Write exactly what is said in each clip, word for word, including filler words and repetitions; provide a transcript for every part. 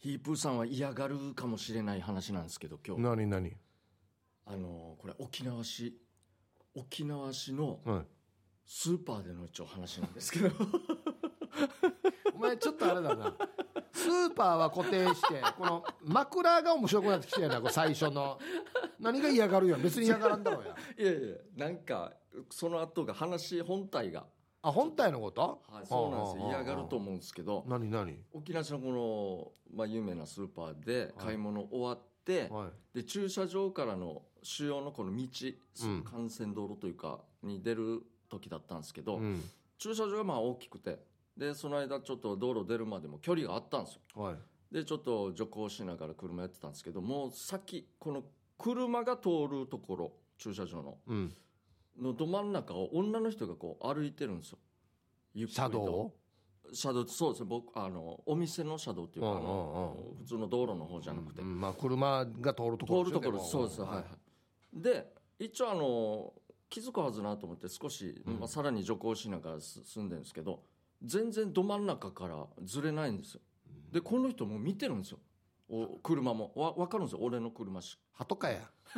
ヒープーさんは嫌がるかもしれない話なんですけど、今日何何あのこれ沖縄市沖縄市のはいスーパーでの一応話なんですけどお前ちょっとあれだなスーパーは固定してこの枕が面白くなってきてるなこれ最初の何が嫌がるやん別に嫌がらんだろうやいやいやなんかその後が話本体が、 あ本体のこと、 はい、そうなんですよ。 はあはあはあ嫌がると思うんですけど、 何何沖縄市のこの、まあ、有名なスーパーで買い物終わって、 はいで駐車場からの主要のこの道、 うん幹線道路というかに出る時だったんですけど、 うん駐車場がまあ大きくて、でその間ちょっと道路出るまでも距離があったんですよ。 はいでちょっと徐行しながら車やってたんですけど、もう先この車が通るところ、駐車場のうんのど真ん中を女の人がこう歩いてるんですよ。ゆっくりと車道を車道、そうですね。僕あのお店の車道っていうか、 うんうんうんあの普通の道路の方じゃなくて、 うんまあ車が通るところ通るところ、 ですそうです、はいはい。で一応あの気づくはずなと思って少し、 うんまあ、さらに徐行しながら進んでるんですけど、全然ど真ん中からずれないんですよ。でこの人も見てるんですよ。お車もわ分かるんですよ、俺の車し鳩かや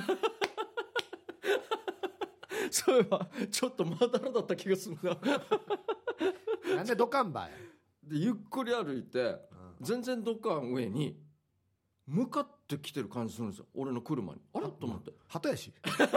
それはちょっとまだらだった気がするななんでドカンバやでゆっくり歩いて全然どっか上に向かってきてる感じするんですよ、俺の車に。あれと思って、 鳩やし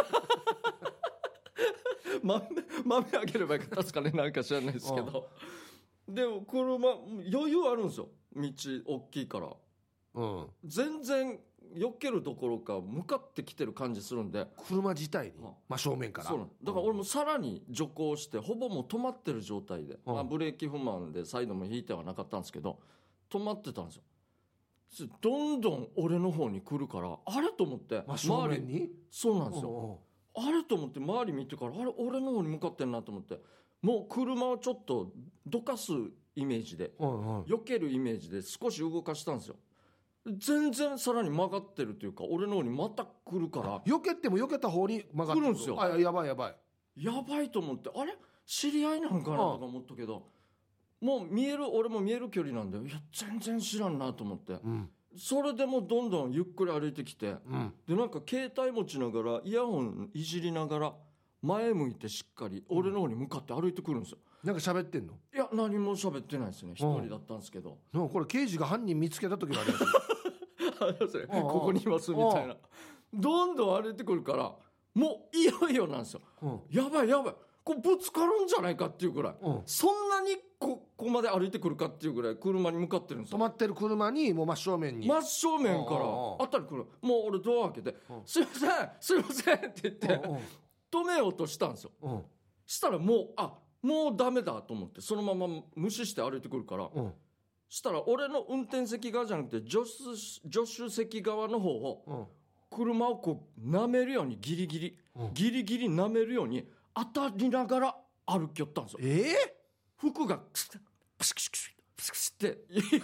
豆豆あげればよかったですかね、なんか知らないですけど、でも車余裕あるんですよ、道大きいから。 うん全然避けるどころか向かってきてる感じするんで、 車自体にうん真正面からそうなんだから俺もさらに徐行してほぼもう止まってる状態で、 うんまあ、ブレーキ不満でサイドも引いてはなかったんですけど止まってたんですよ。そしてどんどん俺の方に来るから、あれと思って真正周り、 面にそうなんですよ、あれと思って周り見てから、あれ俺の方に向かってんなと思って、もう車をちょっとどかすイメージで、 うんうん避けるイメージで少し動かしたんですよ。全然さらに曲がってるというか、俺の方にまた来るから避けても避けた方に曲がって来るんですよ。 あやばいやばいやばいと思って、あれ知り合いなんかなとか思ったけど、もう見える、俺も見える距離なんで、いや全然知らんなと思って、 うんそれでもどんどんゆっくり歩いてきて、 うんでなんか携帯持ちながらイヤホンいじりながら前向いてしっかり俺の方に向かって歩いてくるんですよ。 なんか喋ってんのいや何も喋ってないですね、一人だったんですけど、 なんかこれ刑事が犯人見つけた時のあれやつうんうんここにいますみたいな、どんどん歩いてくるからもういよいよなんですよ。 うんやばいやばい、これぶつかるんじゃないかっていうぐらい、 うんそんなにここまで歩いてくるかっていうぐらい車に向かってるんですよ。 止まってる車にもう真正面に真正面からうんうんうんあたり来る、もう俺ドア開けてうん 「すいませんすいません」って言ってうん止めようとしたんですよ。 うんしたらもうあもうダメだと思ってそのまま無視して歩いてくるから、 うんしたら俺の運転席側じゃなくて助手助手席側の方をうん車をこう舐めるようにギリギリ、 うんギリギリ舐めるように当たりながら歩きよったんですよ。 ええ服がクシップシクシクシプシクシって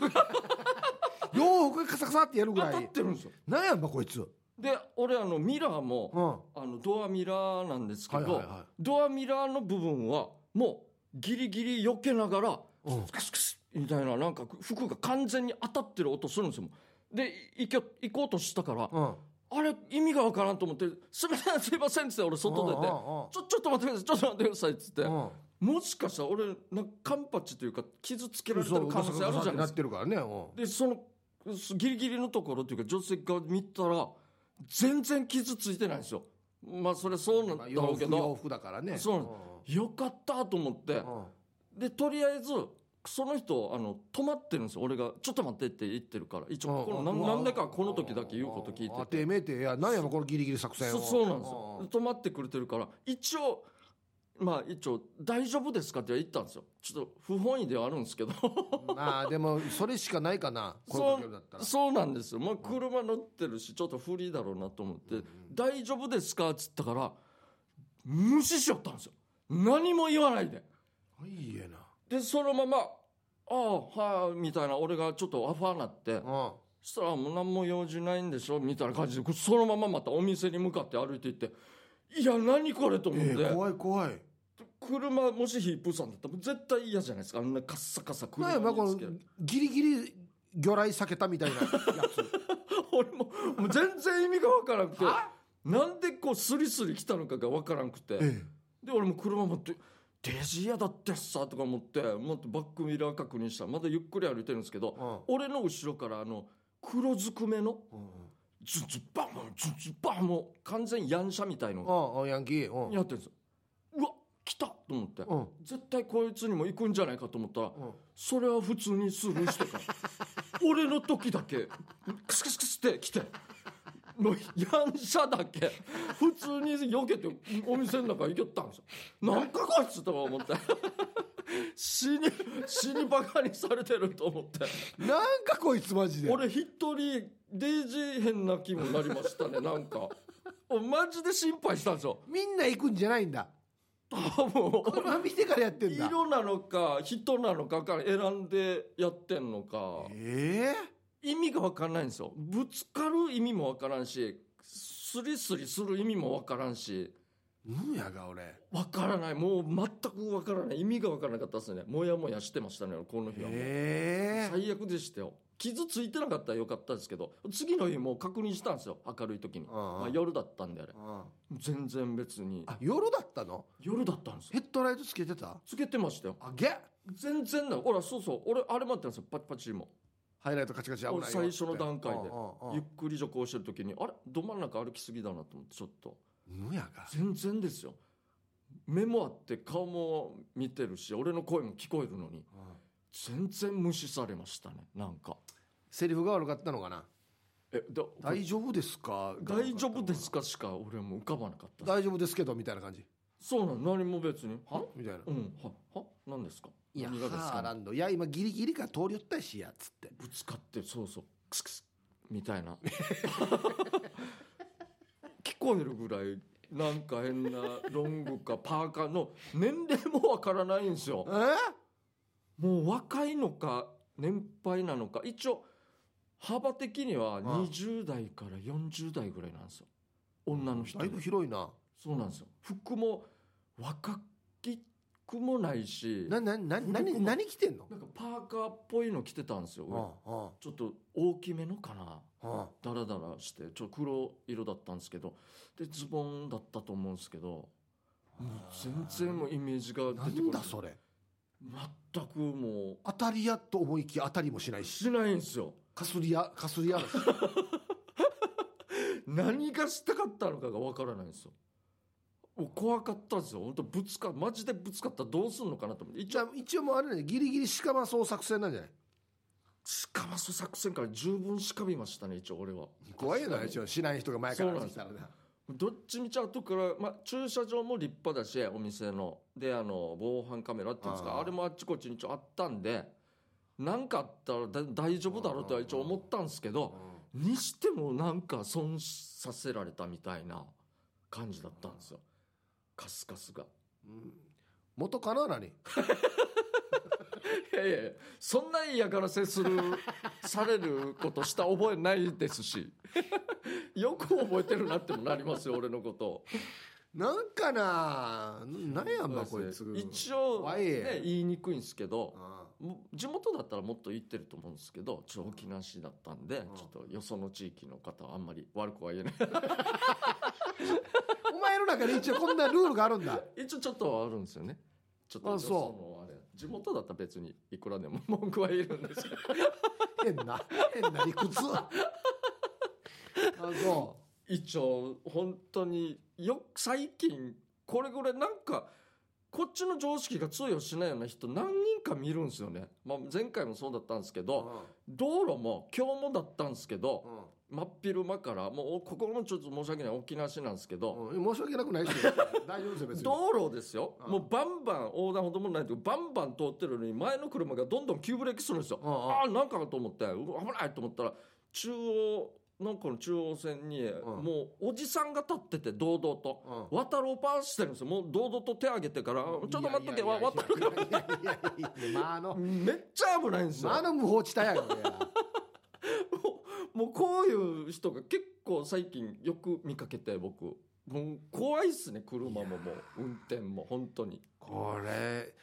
洋服がカサカサってやるぐ当たらいってるんですよ。 なんやんばこいつで俺あのミラーうも、 んあのドアミラーなんですけど、 はいはいはドアミラーの部分はもうギリギリ避けながらうんスカスカスみたいな、なんか服が完全に当たってる音するんですよ。で行け行こうとしたから、 うんあれ意味がわからんと思って「すいませんすいません」っつって俺外出て「ちょちょっと待ってくださいちょっと待ってください」っつって、 うんもしかしたら俺なんかカンパチというか傷つけられてる可能性あるじゃないですか。 なってるからねうんでそのギリギリのところというか助手席側見たら全然傷ついてないんですよ。まあそれそうなんだろ洋服洋うけど、 服だからねそうなんよかったと思って、 うんでとりあえずその人あの止まってるんですよ。俺がちょっと待ってって言ってるから、一応このうんななんでかこの時だけ言うこと聞いてて、 あてめえていやなんやもこのギリギリ作戦をそそうなんですよ。止まってくれてるから一応まあ一応大丈夫ですかって言ったんですよ。ちょっと不本意ではあるんですけどまあでもそれしかないかなこういうことだったらそうなんですよ。もう車乗ってるしちょっと不利だろうなと思って「大丈夫ですか?」っつったから無視しよったんですよ。何も言わないで。 いいえなでそのまま「ああはい」みたいな、俺がちょっとアファーなってうんそしたら「もう何も用事ないんでしょ」みたいな感じでそのまままたお店に向かって歩いていって「いや何これ」と思って、 えー怖い怖い車もしヒープーさんだったら絶対嫌じゃないですか、あんなカッサカサ車なんやまあこのにつける。 ギリギリ魚雷避けたみたいなやつ俺ももう全然意味がわからなくてなんでこうスリスリ来たのかがわからなくて、 えで俺も車持ってデジ嫌だってさとか思ってもっとバックミラー確認したらまだゆっくり歩いてるんですけど、 え、 俺の後ろからあの黒ずくめのうんうんズンズンバンズンズンバンもう完全ヤンシャみたいのうんうん、ヤンキー、うんやってるんですよ。うわ来たと思って、 うん絶対こいつにも行くんじゃないかと思ったら、 うん、 それは普通にスルーしてた俺の時だけクスクスクスって来てもうヤンシャだけ普通に避けてお店の中行けたんですよ。なんかこいつとか思って死に死にバカにされてると思ってなんかこいつマジで俺一人デイジー変な気もなりましたね。なんかマジで心配したんですよ。 みんな行くんじゃないんだ、 多分車見てからやってんだ。 色なのか人なのかから選んでやってんのかえ意味が分からないんですよ。ぶつかる意味も分からんしスリスリする意味も分からんしー、うんやが俺。 分からない。もう全く分からない。意味が分からなかったですね。もやもやしてましたねこの日はもう、 え最悪でしたよ。傷ついてなかったらよかったですけど次の日もう確認したんですよ明るい時に、 うんうんまあ、夜だったんであれうん、 全然別にあ、夜だったの？ 夜だったんですよ。 ヘッドライトつけてた？ つけてましたよ。 あげ全然だ。ほらそうそう俺あれ待ってたんですよ。パチパチもハイライトカチカチ危ないよって最初の段階でうんうんうんゆっくり徐行してる時にあれど真ん中歩きすぎだなと思ってちょっとぬやが全然ですよ。目もあって顔も見てるし俺の声も聞こえるのにうん全然無視されましたね。なんかセリフが悪かったのかな。 えだ大丈夫ですか大丈夫ですかしか俺はもう浮かばなかった。 大丈夫ですけどみたいな感じそうなの。何も別にはみたいな、 うんはは何ですか。 いや何がですハーラか。 ンドいや今ギリギリから通り寄ったしやつってぶつかってそうそうクスクスみたいな聞こえるぐらいなんか変なロングかパーカーの年齢もわからないんですよ。 えもう若いのか年配なのか一応幅的にはにじゅう代からよんじゅう代ぐらいなんですよ女の人で。 だいぶ広いな。 そうなんですよ。服も若くもないしななな何何着てんの？ なんかパーカーっぽいの着てたんですよ。上ああちょっと大きめのかなあダラダラしてちょっと黒色だったんですけどでズボンだったと思うんですけどもう全然もうイメージがな出てこない。 んだそれ。 全くもう当たり屋と思いきや当たりもしないししないんですよ。 かすり屋かすり屋だし何がしたかったのかがわからないんですよ。もう怖かったんですよ本当。ぶつかマジでぶつかったらどうすんのかなと思って一応じゃあ一応もうあれねギリギリしかまそう作戦なんじゃない？ しかまそ作戦から十分しかみましたね一応俺は。 怖いよな一応しない人が前から来たらな。 どっちみち後から、まあ、駐車場も立派だしお店のであの防犯カメラっていうんですかあーあれもあっちこっちに一応あったんで何かあったらだ大丈夫だろうとは一応思ったんですけどにしてもなんか損させられたみたいな感じだったんですよカスカスが。 うん元カノ何？ いやいやいやそんな嫌がらせするされることした覚えないですしよく覚えてるなってもなりますよ俺のことなんかななんやんばこいつ。 一応、 怖いね、言いにくいんですけどあもう地元だったらもっと言ってると思うんですけどちょっと沖縄市だったんでんちょっとよその地域の方はあんまり悪くは言えないお前の中で一応こんなルールがあるんだ。 一応ちょっとはあるんですよね。ちょっとあそうのあれ地元だったら別にいくらでも文句は言えるんですけど変な変な理屈。あそ一応本当によ最近これぐらいなんかこっちの常識が通用しないような人何人か見るんですよね、まあ、前回もそうだったんですけう。 ど道路も今日もだったんですけどうん真っ昼間からもうここもちょっと申し訳ない沖縄市なんですけどうん申し訳なくないですよ。大丈夫ですよ別に。 道路ですようんもうバンバン横断歩道もないとバンバン通ってるのに前の車がどんどん急ブレーキするんですよ。 うんうんああなんかと思ってうわ危ないと思ったら中央なんかの中央線にうんもうおじさんが立ってて堂々とうん渡ろうパーしてるんですよ。もう堂々と手挙げてからちょっと待っとけわ渡るからいやいやいやいやいやまああのめっちゃ危ないんですよ。 まああの無法地帯やからね。 もうこういう人が結構最近よく見かけて僕もう怖いっすね車ももう運転も本当に。 これ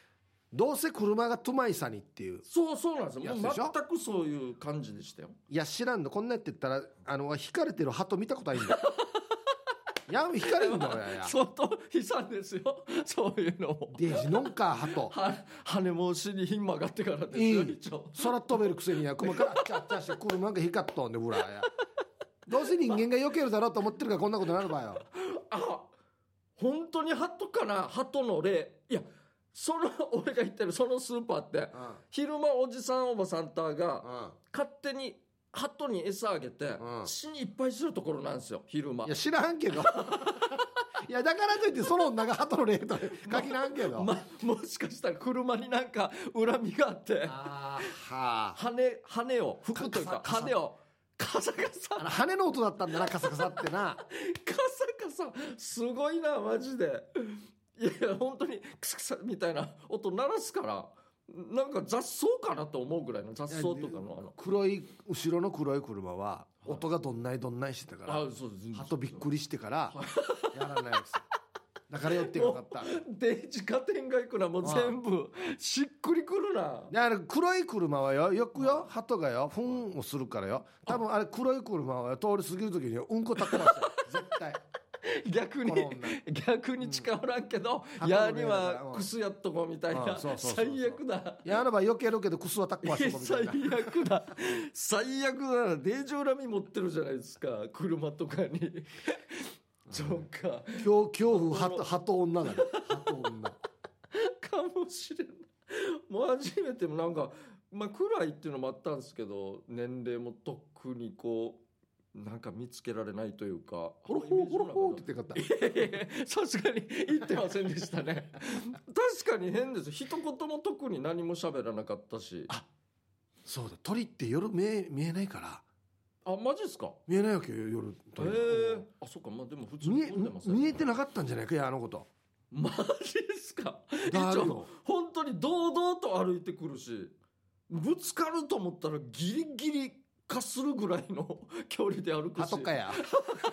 どうせ車がトゥマイさにっていう。 そうそうなんですよ。もうやつでしょ全くそういう感じでしたよ。 いや知らんの、こんなやって言ったらあの引かれてる鳩見たことないんだよいや引かれるんだよやや相当悲惨ですよそういうのも。 デージのんか鳩は羽もしにひん曲がってからですよ、 いい一応。 空飛べるくせにや熊からあっちゃあっちゃして車が光っとんでほらやどうせ人間が避けるだろうと思ってるからこんなことになるばよ。 あ、本当に鳩かな、鳩の例。いや、その俺が言ってるそのスーパーって、 うん昼間おじさんおばさんたがうん勝手に鳩に餌あげてうん死にいっぱいするところなんですよ、昼間。 いや知らんけどいやだからといってその女が鳩の霊と書きなんけど、 ま、もしかしたら車になんか恨みがあってあーはあ羽羽を服というかカサカサ羽をカサカサあの羽の音だったんだなカサカサってなカサカサすごいなマジで。いやいや本当にクサクサみたいな音鳴らすから、なんか雑草かなと思うぐらいの雑草とかのあの黒い後ろの黒い車は音がどんないどんないしてたから、 あそうです鳩びっくりしてからやらないですだから寄ってよかったデジカテンが行くなもう全部しっくりくるな。 であれ黒い車はよよくよ鳩がよ糞をするからよ多分あれ黒い車はよ通り過ぎる時にうんこたくますよ絶対逆にこの女逆に近寄らんけど、 うんやにはクスやっとこうみたいな、 うんそうそうそうそう最悪だ。 いやあの場避けるけどクスはたくましとこみた最いな悪だ最悪だな。デージ恨み持ってるじゃないですか車とかにそうか恐恐怖鳩鳩女だね鳩女かもしれない。もう初めてもなんかまあ暗いっていうのもあったんですけど、年齢もとっくにこうなんか見つけられないというか、 ホロホロホロホロって言ってかったいやいやさすがに言ってませんでしたね確かに変です。一言も特に何も喋らなかったし。 あそうだ鳥って夜見え見えないからあマジですか。 見えないわけよ夜へ鳥えあそっか。まあでも普通に見え飛んでますね。 見えてなかったんじゃないかいやあのことマジですか。 だるよ一応本当に堂々と歩いてくるし、ぶつかると思ったらギリギリ化するぐらいの距離で歩くし。 鳩かや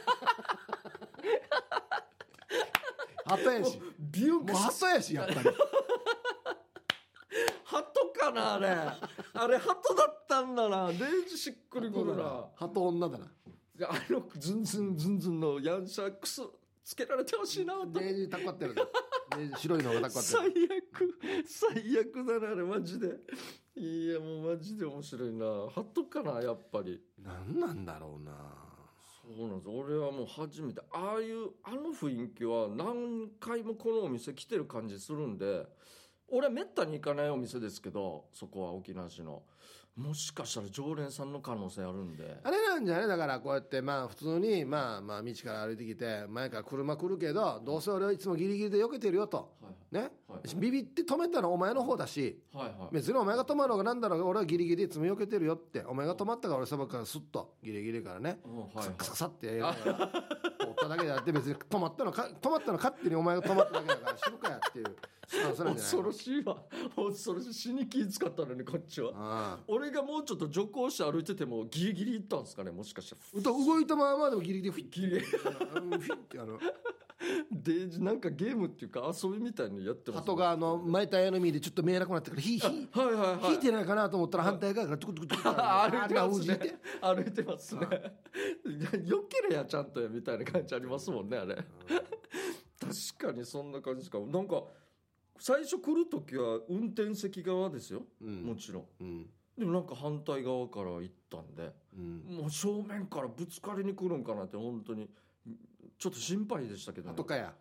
鳩やしビュンもう鳩やしやっぱり鳩かなあれあれ鳩だったんだな。デージしっくりくるな。 鳩女だなあのズンズンズンズンのヤンシャクスつけられてほしいなと。 デージたこってるねデージ白いのがたこって最る悪最悪だなあれマジで。いやもうマジで面白いな。鳩かなやっぱり。 何なんだろうなそうなんです。俺はもう初めてああいうあの雰囲気は何回もこのお店来てる感じするんで、俺はめったに行かないお店ですけど、そこは沖縄市のもしかしたら常連さんの可能性あるんで。 あれなんじゃないだからこうやってまあ普通にまあまあ道から歩いてきて前から車来るけどどうせ俺はいつもギリギリで避けてるよとはいねはいビビって止めたのはお前の方だしはいはい別にお前が止まろうがなんだろうが俺はギリギリいつも避けてるよってお前が止まったから俺さばくからスッとギリギリからねうんはいはいカサカサってやりながら通っただけであって別に止まったのか止まったの勝手にお前が止まっただけだから死ぬかやっていうスタンスなんじゃない恐ろしいわ恐ろしい。死に気使ったのにこっちは。 ああ俺がもうちょっと徐行して歩いててもギリギリ行ったんですかねもしかしたら。 動いたままでもギリギリフィッギリあのフィッてあのデージなんかゲームっていうか遊びみたいにやってますね。 鳩があの巻いた矢の実でちょっと見えなくなってからヒーヒーはいはいはい引いてないかなと思ったら反対側からトゥクトゥクトゥクトゥク歩いてますねあれがうじて歩いてますね。いやよけれやちゃんとやみたいな感じありますもんねあれ。確かにそんな感じですか。なんか最初来る時は運転席側ですよ、 うんもちろん。 うんでもなんか反対側から行ったんで、 うんもう正面からぶつかりに来るんかなって本当にちょっと心配でしたけどね。 鳩かや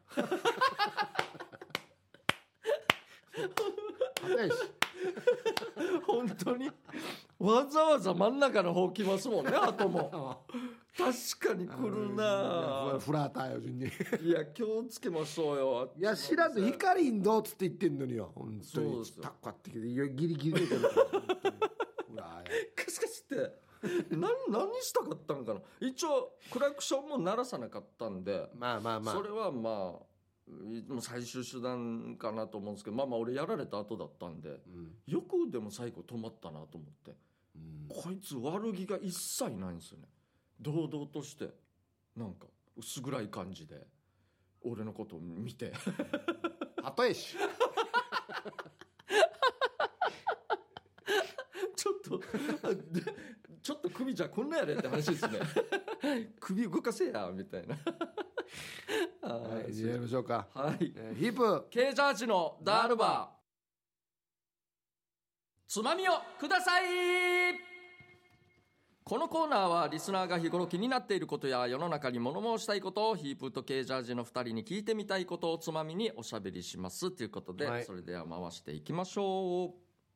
鳩やし本当にわざわざ真ん中の方来ますもんね鳩も。確かに来るな。 フラーターよ順にいや気をつけましょうよ。 いや知らず光んどうつって言ってんのによ本当にそうですよタッカってきていやギリギリで本当にうわカシカシって何何したかったんかな。一応クラクションも鳴らさなかったんで、 まあまあまあそれはまあもう最終手段かなと思うんですけど、まあまあ俺やられた後だったんで、 うんよくでも最後止まったなと思って、 うんこいつ悪気が一切ないんですよね。堂々としてなんか薄暗い感じで俺のことを見て鳩やしとでちょっと首じゃこんなやれって話ですね首動かせやみたいなはい、じゃあやりましょうか。 はい、 えー、ヒープケージャージのダールバーつまみをください。このコーナーはリスナーが日頃気になっていることや世の中に物申したいことをヒープとケージャージのふたりに聞いてみたいことをつまみにおしゃべりしますということで、はい、それでは回していきましょ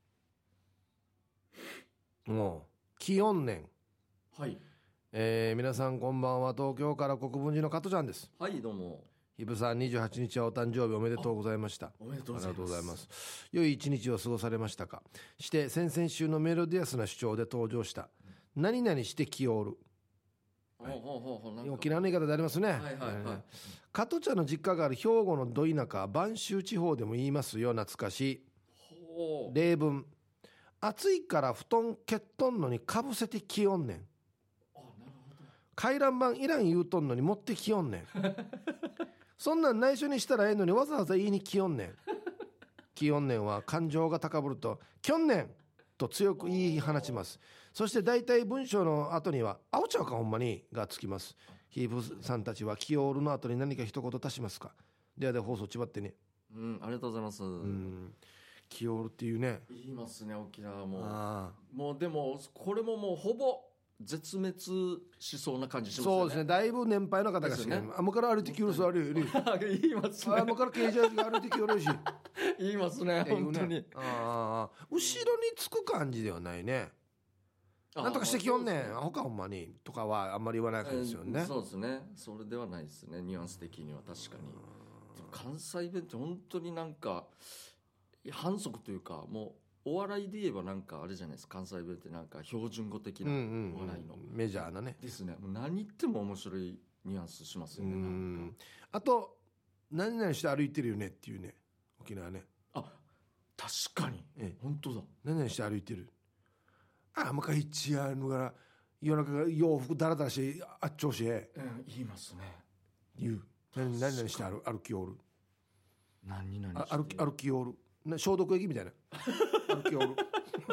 う。もう気温年、 はい、 えー、皆さんこんばんは。東京から国分寺の加トちゃんです。 はい、どうも。 ヒブさんにじゅうはちにちはお誕生日おめでとうございました。 おめでとうございます。ありがとうございます。 良い一日を過ごされましたか。して先々週のメロディアスな主張で登場した何々して気をおる、はい、沖縄の言い方でありますね。はいはいはい、加トちゃんの実家がある兵庫のど田舎播州地方でも言いますよ。懐かしい。例文、暑いから布団蹴っとんのにかぶせて気おんねん。回覧板いらん言うとんのに持ってきよんねんそんなん内緒にしたらええのにわざわざ言いにきよんねん。きよんねんは感情が高ぶるときょんねんと強く言い放ちます。そして大体文章の後にはあおちゃうかほんまにがつきます。ヒープさんたちはきおるの後に何か一言足しますか。ではで放送ちばってね。 うん、ありがとうございます。うん、 きおるっていうね、 言いますね沖縄も。あもうでもこれももうほぼ絶滅しそうな感じしますね。 そうですね。だいぶ年配の方がし、ね、あもから歩いてきよるすあるより言いますね。 あもからケージャージが歩いてきよるし言いますね本当に。 あ後ろにつく感じではないね。なんとかしてきよんねん他ほんまにとかはあんまり言わないですよね、 えー、そうですね。それではないですね。ニュアンス的には確かに。でも関西弁って本当になんか反則というか、もうお笑いで言えばなんかあれじゃないですか。関西弁ってなんか標準語的なお笑いの、うんうんうん、 メジャーなねですね。もう何言っても面白いニュアンスしますよね。なんかあと何々して歩いてるよねっていうね、沖縄ね。 あ確かに、ええ、本当だ。 何々して歩いてる。あもう一日やるのから夜中が洋服だらだらしてあっちょうし、うん、 言いますね。 言う。何々して歩歩きおる。 何々して歩き歩きおる。消毒液みたいな歩きおる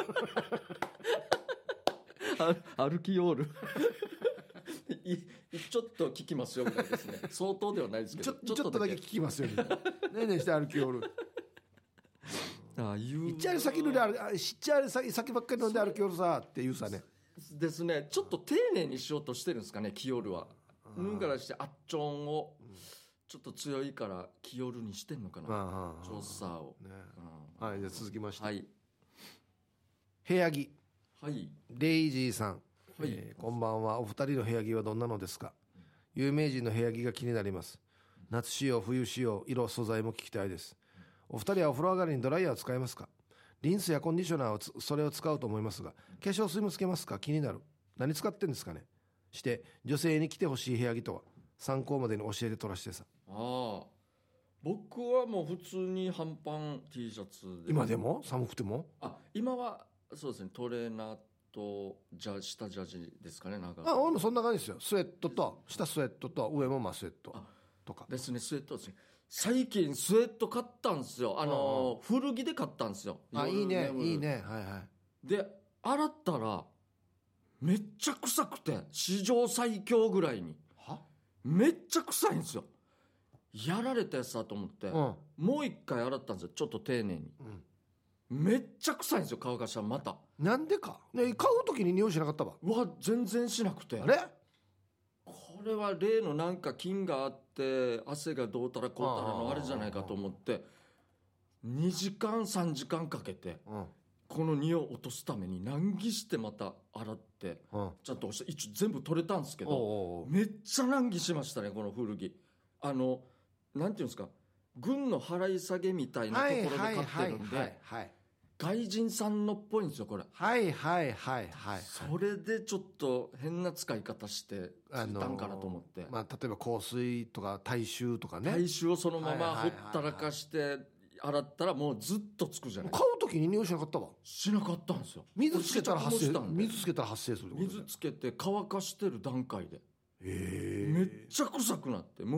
歩きおるいちょっと聞きますよみたいですね。相当ではないですけどちょ、ちょっとだけ聞きますよみたいなねえねえして歩きおるああいういっちゃり先のであるしっちゃり先ばっかり飲んで歩きおるさって言うさねですね。ちょっと丁寧にしようとしてるんですかね。キヨルはぬからしてあっちょんをちょっと強いからキヨルにしてんのかな、調査を、ねうん、はい。じゃあ続きまして、はい、部屋着、 はい、 レイジーさん、はいえー、こんばんは。お二人の部屋着はどんなのですか。有名人の部屋着が気になります。夏仕様冬仕様色素材も聞きたいです。お二人はお風呂上がりにドライヤーを使いますか。リンスやコンディショナーをつそれを使うと思いますが、化粧水もつけますか。気になる。何使ってんですかね。して女性に着てほしい部屋着とは。参考までに教えて取らしてさ。 ああ僕はもう普通に半パン T シャツで。 今でも寒くても。 あ今はそうですね。トレーナーとジャ下ジャージですかね。なんかあ俺もそんな感じですよ。スウェットと下スウェットと上もまあスウェットとかですね。スウェットですね。最近スウェット買ったんですよ。あのー、古着で買ったんですよ。 あいいねいいねはいはい。 で洗ったらめっちゃ臭くて史上最強ぐらいにはめっちゃ臭いんですよ。やられたやつだと思って、うん、もう一回洗ったんですよ。ちょっと丁寧に、うん、めっちゃ臭いんですよ。乾かしたらまた。 なんでか、ね、買う時に匂いしなかったわ。 うわ全然しなくて。 あれこれは例のなんか菌があって汗がどうたらこうたらのあれじゃないかと思ってにじかんさんじかんかけて、うん、この匂いを落とすために難儀してまた洗って、うん、ちゃんと押して一応全部取れたんですけど、おうおうおうめっちゃ難儀しましたね。この古着あのなんていうんですか、軍の払い下げみたいなところで買ってるんで外人さんのっぽいんですよこれ。 はいはいはいはい。 それでちょっと変な使い方してついたんかなと思って、 あのーまあ、例えば香水とか体臭とかね。 体臭をそのままほったらかして洗ったらもうずっとつくじゃない。 買う時に匂いしなかったわ。 しなかったんですよ。 水つけたら発生水つけたら発生する。 水つけて乾かしてる段階でへめっちゃ臭くなってもう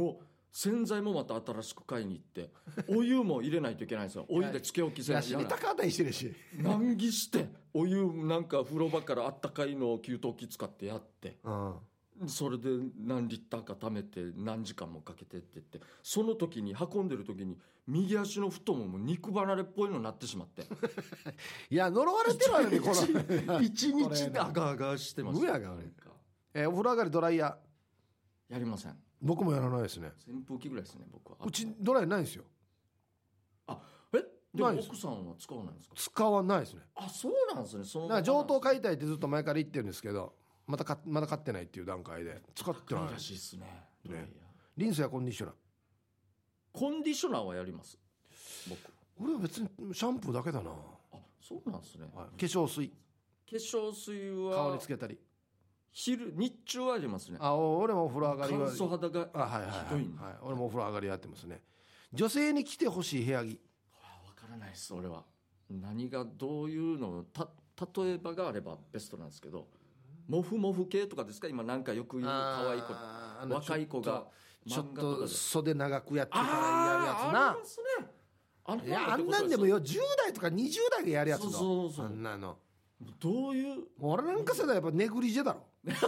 洗剤もまた新しく買いに行ってお湯も入れないといけないんですよ。お湯でつけ置きせいや知りたかったりしてるし、 難儀してお湯なんか風呂場からあったかいのを給湯器使ってやって、 うん、 それで何リッターか貯めて何時間もかけてって言って、その時に運んでる時に右足の太もも肉離れっぽいのになってしまっていや呪われてるわよねこの一日ガガガしてます。 うやが俺、えー、お風呂上がりドライヤーやりません。 僕もやらないですね。 扇風機ぐらいですね僕は。 うちドライヤーないんですよ。 あえでも奥さんは使わないんですか。 使わないですね。 あそうなんですね。そのなんか上等買いたいってずっと前から言ってるんですけど、またかまだ買ってないっていう段階で使ってないらしいですね。 ね、リンスやコンディショナーコンディショナーはやります僕。 俺は別にシャンプーだけだな。 あそうなんですね、 はい、化粧水化粧水は顔につけたり昼日中はありますね。 あ俺もお風呂上がりは乾燥肌があはいはいはい、 ひどいんで、 はい、俺もお風呂上がりやってますね。女性に着てほしい部屋着、 わからないです俺は。何がどういうのた例えばがあればベストなんですけど、モフモフ系とかですか今なんかよく言う可愛い子若い子がちょっと袖長くやってからやるやつな。 ありますね。あいやあんなんでもよじゅう代とかにじゅう代がやるやつだ。 そうそうそうあんなのどういう俺なんか世代やっぱネグリジェだろ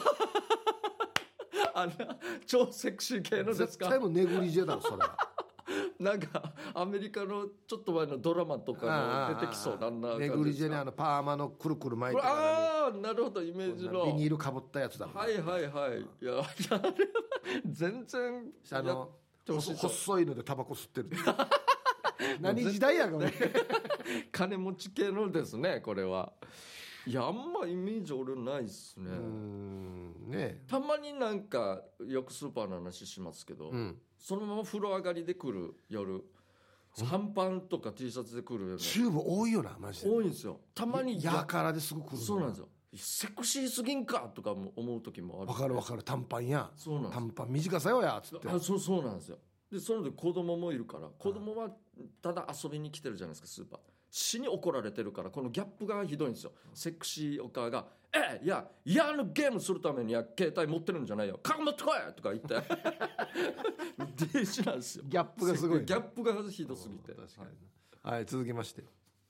あんな超セクシー系のですか。 絶対もネグリジェだろそれはなんかアメリカのちょっと前のドラマとかの出てきそうななネグリジェにあのパーマのくるくる巻いてからああなるほどイメージのビニールかぶったやつだ。 はいはいはいいやあれは全然あのや細いのでタバコ吸ってる何時代やが俺金持ち系のですねこれは。いやあんまイメージ俺ないっすね。 うんねたまになんかよくスーパーの話しますけど、うん、そのまま風呂上がりで来る夜半パンとか T シャツで来るよね。 チューブ多いよなマジで。 多いんですよ。たまにやからですぐ来る。 そうなんですよ。セクシーすぎんかとかも思う時もある。 わかるわかる。短パンやそうなんです。 短パン短さよやつって。 あそうそうなんですよ。でそので子供もいるから子供はただ遊びに来てるじゃないですかスーパー。死に怒られてるからこのギャップがひどいんですよ。セクシーお母が「えいやいやあのゲームするためには携帯持ってるんじゃないよカゴ持ってこい!」とか言ってデージなんですよ。 ギャップがすごい、ね、 ギャップがひどすぎて。 確かに、はい、はい、続きまして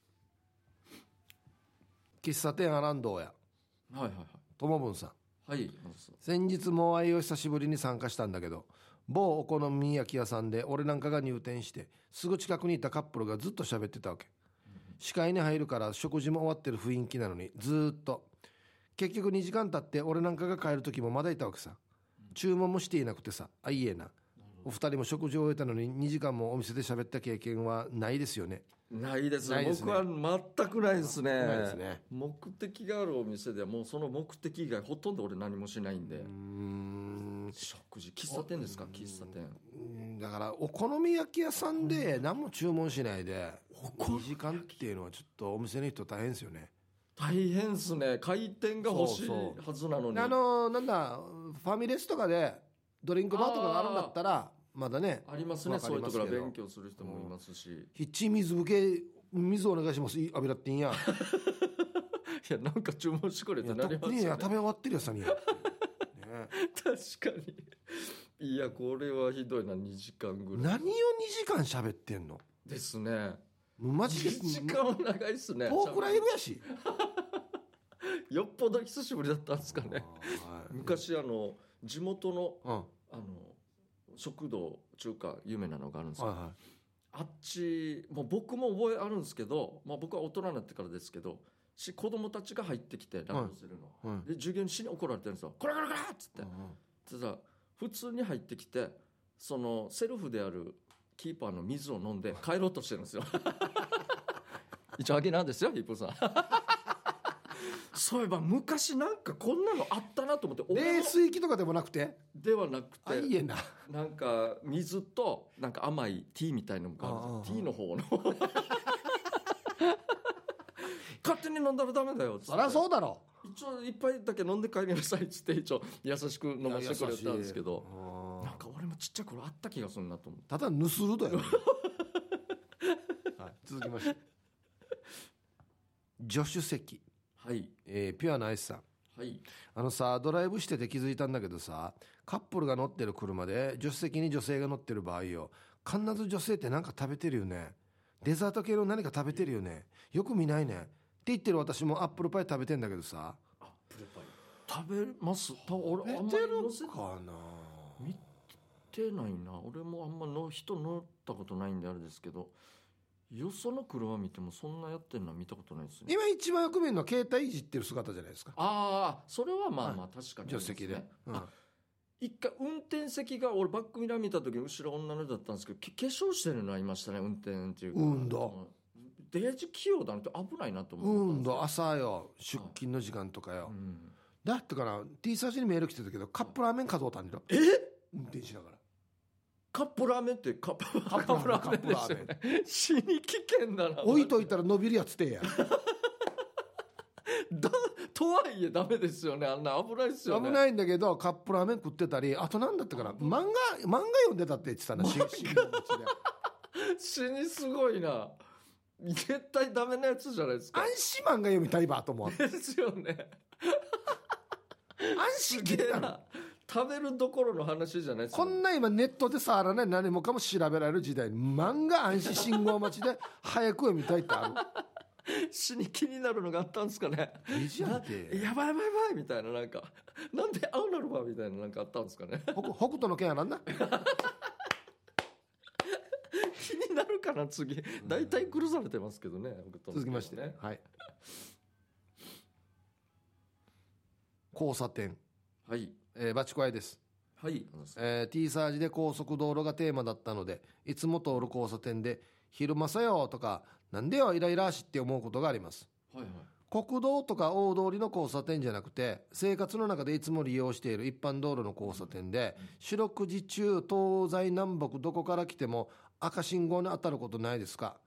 喫茶店アランドーやはいはいはいともぶんさん、 はい、 先日モアイを久しぶりに参加したんだけど某お好み焼き屋さんで俺なんかが入店してすぐ近くにいたカップルがずっと喋ってたわけ。視界に入るから食事も終わってる雰囲気なのにずっと結局にじかん経って俺なんかが帰る時もまだいたわけさ。注文もしていなくてさあいえなお二人も食事を終えたのににじかんもお店で喋った経験はないですよね。 ないですね。僕は全くないですね。ないですね。目的があるお店ではもうその目的以外ほとんど俺何もしないんで。うーん食事喫茶店ですか喫茶店。 だからお好み焼き屋さんで何も注文しないでにじかんっていうのはちょっとお店の人大変ですよね。 大変ですね。回転が欲しいはずなのに。 あのなんだファミレスとかでドリンクバーとかがあるんだったらまだねありますね。そういうところは勉強する人もいますし、うん、 ひっち水ぶけ水お願いします浴びらってんやいやなんか注文してくれってなりますよね。 いや食べ終わってるやつに、ね、 確かにいやこれはひどいな。にじかんぐらい何をにじかん喋ってんのですね。 マジでにじかんは長いっすね。 ポークライブやしよっぽど久しぶりだったんですかね、はい、昔あの地元の、うん、あの食堂中華有名なのがあるんですよ、はいはい、あっちもう僕も覚えあるんですけど、まあ、僕は大人になってからですけどし子供たちが入ってきてランドするの、はい、で授業に死に怒られてるんですよ。こらこらこらっつって、うん、でさ普通に入ってきてそのセルフであるキーパーの水を飲んで帰ろうとしてるんですよ一応あげなんですよヒップさんそういえば昔なんかこんなのあったなと思って。 冷水器とかでもなくてではなくてあいいえななんか水となんか甘いティーみたいなのがあるんですよ。ティーの方の勝手に飲んだらダメだよっつって。 そりゃそうだろ一応一杯だけ飲んで帰りなさいっつって一応優しく飲ませてくれたんですけどなんか俺もちっちゃい頃あった気がするなと思って。 ただぬするだよ、はい、続きまして助手席、 はいえー、ピュアなアイスさん、 はい、 あのさ、ドライブしてて気づいたんだけどさ、カップルが乗ってる車で助手席に女性が乗ってる場合よ、必ず女性って何か食べてるよね。デザート系の何か食べてるよね。よく見ないねって言ってる私もアップルパイ食べてんだけどさ。 アップルパイ食べます。た俺食べてるかな。 見てないな。俺もあんまの人乗ったことないんであれですけど、よその車見てもそんなやってるのは見たことないですね。 今一番よく見るのは携帯いじってる姿じゃないですか。 ああ、それはまあまあ確かに、 ね、助手席で、うん、 一回運転席が俺バックミラー見た時に後ろ女の人だったんですけど、化粧してるのありましたね。運転っていうか、 うんだデージ器用だなって危ないなと思ったんですよ。うんだ、朝よ、出勤の時間とかよ、はい、うん、だってから T サージにメール来てたけど、カップラーメン数をたんじろ。 え運転しながらカップラーメンってカップラーメンですよね。死に危険だな。 置いといたら伸びるやつてやだとはいえダメですよね。あんな危ないですよね。 危ないんだけどカップラーメン食ってたり、あとなんだったかな、漫画漫画読んでたって言ってたな。 死にすごいな。絶対ダメなやつじゃないですか。 安心漫画読みたいばと思うですよね。 安心系だな。 食べるどころの話じゃないですよ。こんな今ネットで触らない何もかも調べられる時代に漫画暗視信号待ちで早く読みたいってある。 死に気になるのがあったんですかね。 いいじゃんって。 やばいやばいやばいみたいな、なんかなんで青なるばみたいな、なんかあったんですかね。 北斗の拳はなんだ。 気になるかな次。大体苦されてますけどね。 続きましてね、はい、交差点、 はい、 えー、バチコアイです。 はい、 えー、T サージで高速道路がテーマだったので、いつも通る交差点で昼間さよとかなんでよイライラしって思うことがあります。 はいはい、 国道とか大通りの交差点じゃなくて、生活の中でいつも利用している一般道路の交差点で、四六時中東西南北どこから来ても赤信号に当たることないですか。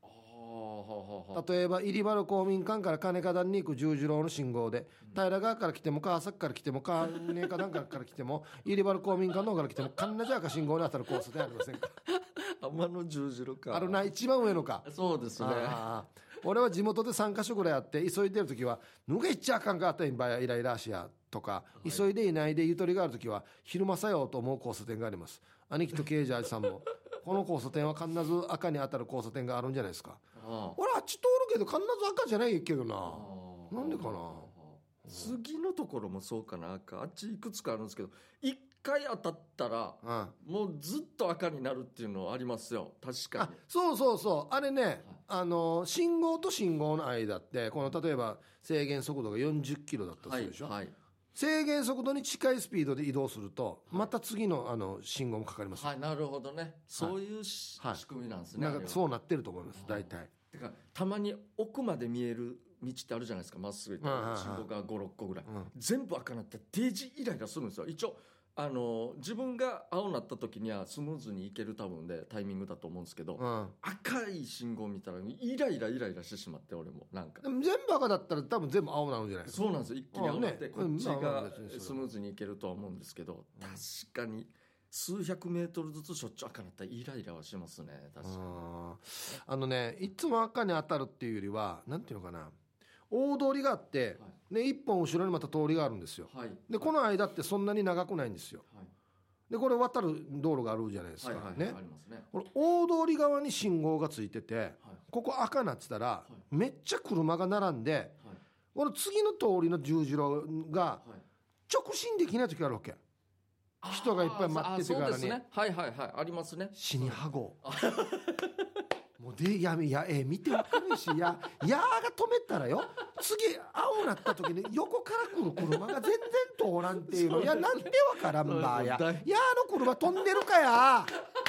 例えば入原公民館から金花壇に行く十字路の信号で、平川から来ても川崎から来ても金花壇から来ても入原公民館の方から来ても必ず赤信号に当たる交差点ありませんか。 天の十字路かあるな、一番上のか。 そうですね。 俺は地元でさんかしょぐらいあって、急いでるときはぬがいっちゃあかんかったんばやイライラしやとか、はい、急いでいないでゆとりがあるときは昼間さよと思う交差点があります。兄貴とケイジャージさんもこの交差点は必ず赤に当たる交差点があるんじゃないですか。ああ、俺あっち通るけど必ず赤じゃないけどな。なんでかな。 次のところもそうかな。赤あっちいくつかあるんですけど、一回当たったらもうずっと赤になるっていうのありますよ。確かに。 あ、そうそうそう、あれね、はい、あの信号と信号の間ってこの例えば制限速度がよんじゅっキロだったとするでしょ、はいはい、制限速度に近いスピードで移動するとまた次のあの信号もかかります。 はい、なるほどね。そういう、はい、仕組みなんですね。 なんかそうなってると思います。大体てかたまに奥まで見える道ってあるじゃないですか。まっすぐ行ったら信号がご、ろっこぐらい、うん、全部赤なったらデージイライラするんですよ。一応あの自分が青になった時にはスムーズに行ける多分でタイミングだと思うんですけど、うん、赤い信号見たらイライライライラしてしまって、俺もなんかでも全部赤だったら多分全部青なのじゃないですか。 そうなんですよ。一気に青になってこっちがスムーズに行けるとは思うんですけど、確かに数百メートルずつしょっちゅう赤になったらイライラはしますね。確かに。ああのね、いつも赤に当たるっていうよりはなんていうのかな、大通りがあって、はい、で一本後ろにまた通りがあるんですよ、はい、でこの間ってそんなに長くないんですよ、はい、でこれ渡る道路があるじゃないですか、はいはいはい、ね、ありますね。これ大通り側に信号がついてて、はい、ここ赤なってたら、はい、めっちゃ車が並んで、はい、この次の通りの十字路が直進できない時あるわけ、はい、人がいっぱい待っててからね。 そうですね、はいはいはい、ありますね。 死にはごもうでやめやえー、見てわかるしややが止めたらよ、次青なった時に横から来る車が全然通らんっていうのいやなんでわからんばややの車飛んでるかや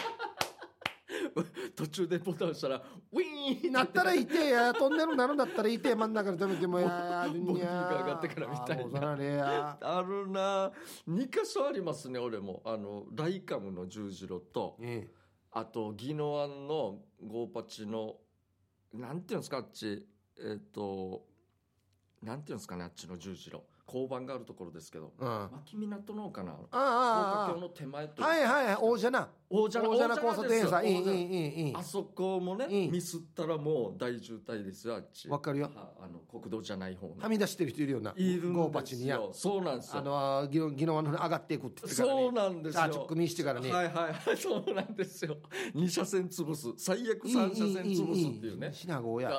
途中でボタン押したらウィーンなったらいてやトンネルなるんだったらいて真ん中で止めてもやボディが上がってからみたいなあるな。にか所ありますね。俺もあのライカムの十字路と、ええ、あと宜野湾のゴーパチのなんていうんですかあっちえっ、ー、となんていうんですかねあっちの十字路交番があるところですけど、 うん、 牧港のかな、 ああ高架橋の手前とはいはいはい、大じゃな大じゃな大じゃな交差点さ、いいいいいいいい、 あそこもね、 いいミスったらもう大渋滞ですよ、あっち。 わかるよ。 あの国道じゃない方のはみ出してる人いるような、 いるんですよ。 ゴーパチにや、 そうなんですよ。 あのギノギノワの方に上がっていくって言ってからね、 そうなんですよ。 あ直組してからね、 はいはいはい、そうなんですよ。に車線潰す、最悪さん車線潰すっていうね。 しなごや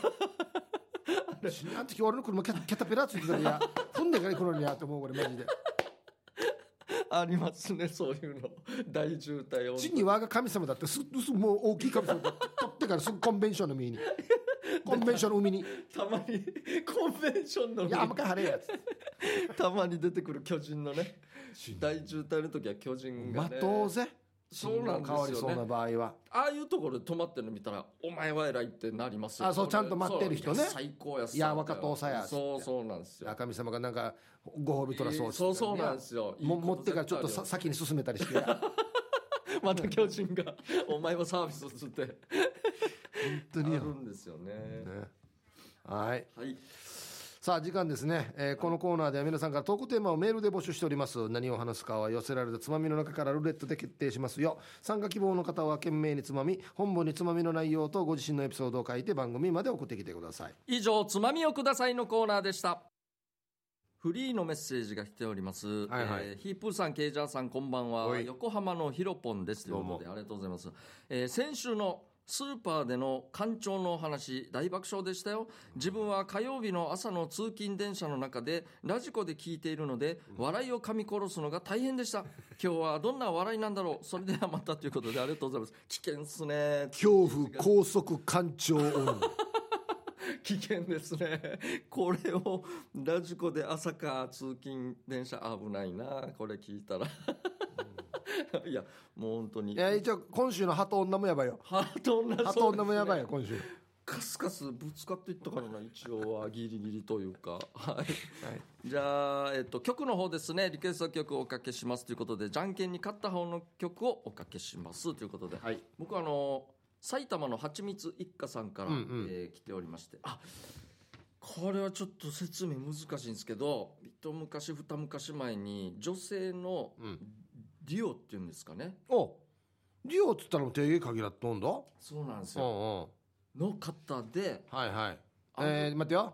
あの時俺の車キャキャタペラついてたら、いや踏んでから来るんやと思う、これマジで。 ありますね、そういうの。大渋滞を。 地に我が神様だって、すすもう大きい神様だって取ってからすぐコンベンションの海にコンベンションの海にたまにコンベンションの海に、 いやあんまか晴れやつたまに出てくる巨人のね、大渋滞の時は巨人がね、 待とうぜ。 そうなんですよね。 変わりそうな場合は、 ああいうところで止まってるの見たら、お前は偉いってなりますよ。 あ、そう、ちゃんと待ってる人ね。 最高やっさ。 いや若党さや。 そうそうなんですよ。 神様がなんかご褒美取らそう、 えー、そうそうなんですよ。 も持ってからちょっとさ先に進めたりしてまた巨人がお前はサービスつって本当にあるんですよ ね, ねはい、 はい。 さあ時間ですね、えー、このコーナーでは皆さんからトークテーマをメールで募集しております。何を話すかは寄せられたつまみの中からルーレットで決定しますよ。参加希望の方は懸命につまみ、本文につまみの内容とご自身のエピソードを書いて番組まで送ってきてください。 以上、つまみをくださいのコーナーでした。フリーのメッセージが来ております、はいはい。えー、ヒープーさん、ケイジャーさん、こんばんは。横浜のヒロポンですということでありがとうございます。えー、先週のスーパーでの館長のお話、大爆笑でしたよ。自分は火曜日の朝の通勤電車の中でラジコで聞いているので、笑いを噛み殺すのが大変でした。今日はどんな笑いなんだろう。それではまたということでありがとうございます。危険っすね。 恐怖高速館長危険ですね。これをラジコで朝か通勤電車、危ないなこれ聞いたらいやもう本当に、いや一応今週の鳩女もやばいよ。 鳩女、 鳩女もやばいよ今週。 カスカスぶつかっていったからな、一応はギリギリというかはい、はい、じゃあ、えっと、曲の方ですね。リクエスト曲をおかけしますということで、じゃんけんに勝った方の曲をおかけしますということで、はい、僕はあの埼玉のはちみつ一家さんから、うんうん、えー、来ておりまして、あ、これはちょっと説明難しいんですけど、一昔二昔前に女性のデュオっていうんですかね、 うん、おデュオっつったら定義限らっとんだ。 そうなんですよ、うんうん、の方で、 はいはい、えー、待ってよ、はい、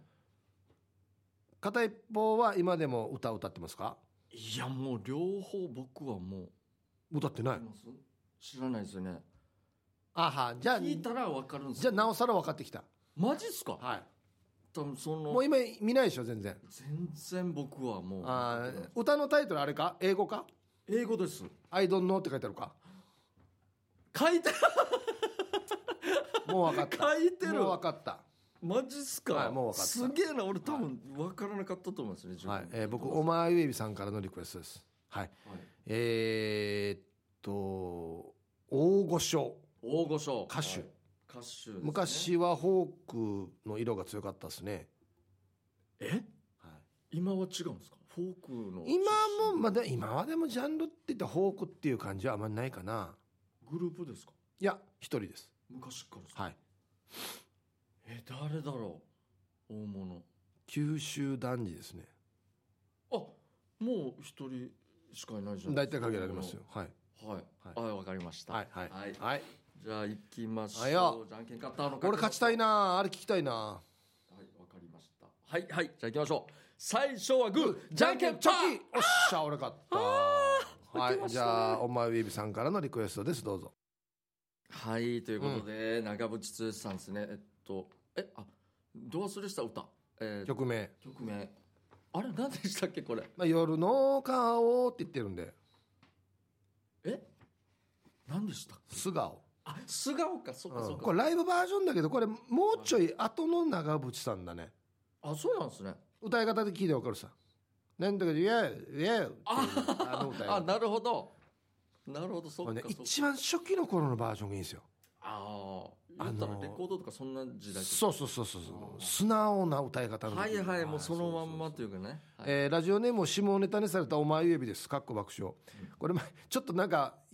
片一方は今でも歌歌ってますか？ いやもう両方僕はもう歌ってない。 知らないですよね。 あは、じゃあ聞いたら分かるんです。 じゃあなおさら分かってきた。 マジっすか？ はい。 多分そのもう今見ないでしょ全然。 全然僕はもう。 あ、歌のタイトルあれか？英語か？ 英語です。 I don't know って書いてあるか？ 書いてもう分かった。 書いてる。 もう分かった。 マジっすか？ はい、もう分かった。 すげえな。俺多分分からなかったと思いますね。 はい、えー、僕オマーユエビさんからのリクエストです。はい。はい、えー、っと大御所。 大御所歌手、はい、 歌手、ね、 昔はフォークの色が強かったですね。 え、はい、今は違うんですか？フォークの今もまだ今はでもジャンルって言ったらフォークっていう感じはあんまりないかな。 グループですか？ いや一人です。 昔からですか？ はい。 え、誰だろう？大物。 九州男児ですね。 あ、もう一人しかいないじゃん。 大体限られますよ。はいはい、はい、あ、わかりました。 はいはいはい、はい、 じゃあ行きましょう。 はいよ。 じゃんけん勝ったのか。 俺勝ちたいな、あれ聞きたいな。はい、わかりました。はいはい、じゃあ行きましょう。最初はグー、じゃんけんチョキ。 おっしゃ、俺勝った。はい、じゃあお前ウェビさんからのリクエストです。どうぞ。 はい、ということで、うん、長渕剛さんですね。えっとえあどう忘れした歌、 えー、曲名曲名あれ何でしたっけこれ。 まあ、夜の顔って言ってるんで。 え何でしたっけ？ 素顔。 あ、素顔か。そうかそうか、うん、 これライブバージョンだけど、これもうちょい後の長渕さんだね。 あ、そうなんですね。 歌い方で聞いて分かるさ。なんだけど、イエーイエーイああ、なるほどなるほど。そうか、ね、そうか。 一番初期の頃のバージョンがいいんですよ。 ああ、言ったらレコードとかそんな時代。 そうそうそうそう、素直な歌い方の。 はいはい、もうそのまんまというかね。 はい、えー、ラジオネームを下ネタにされたお前指です。かっこ爆笑、うん、これちょっとなんか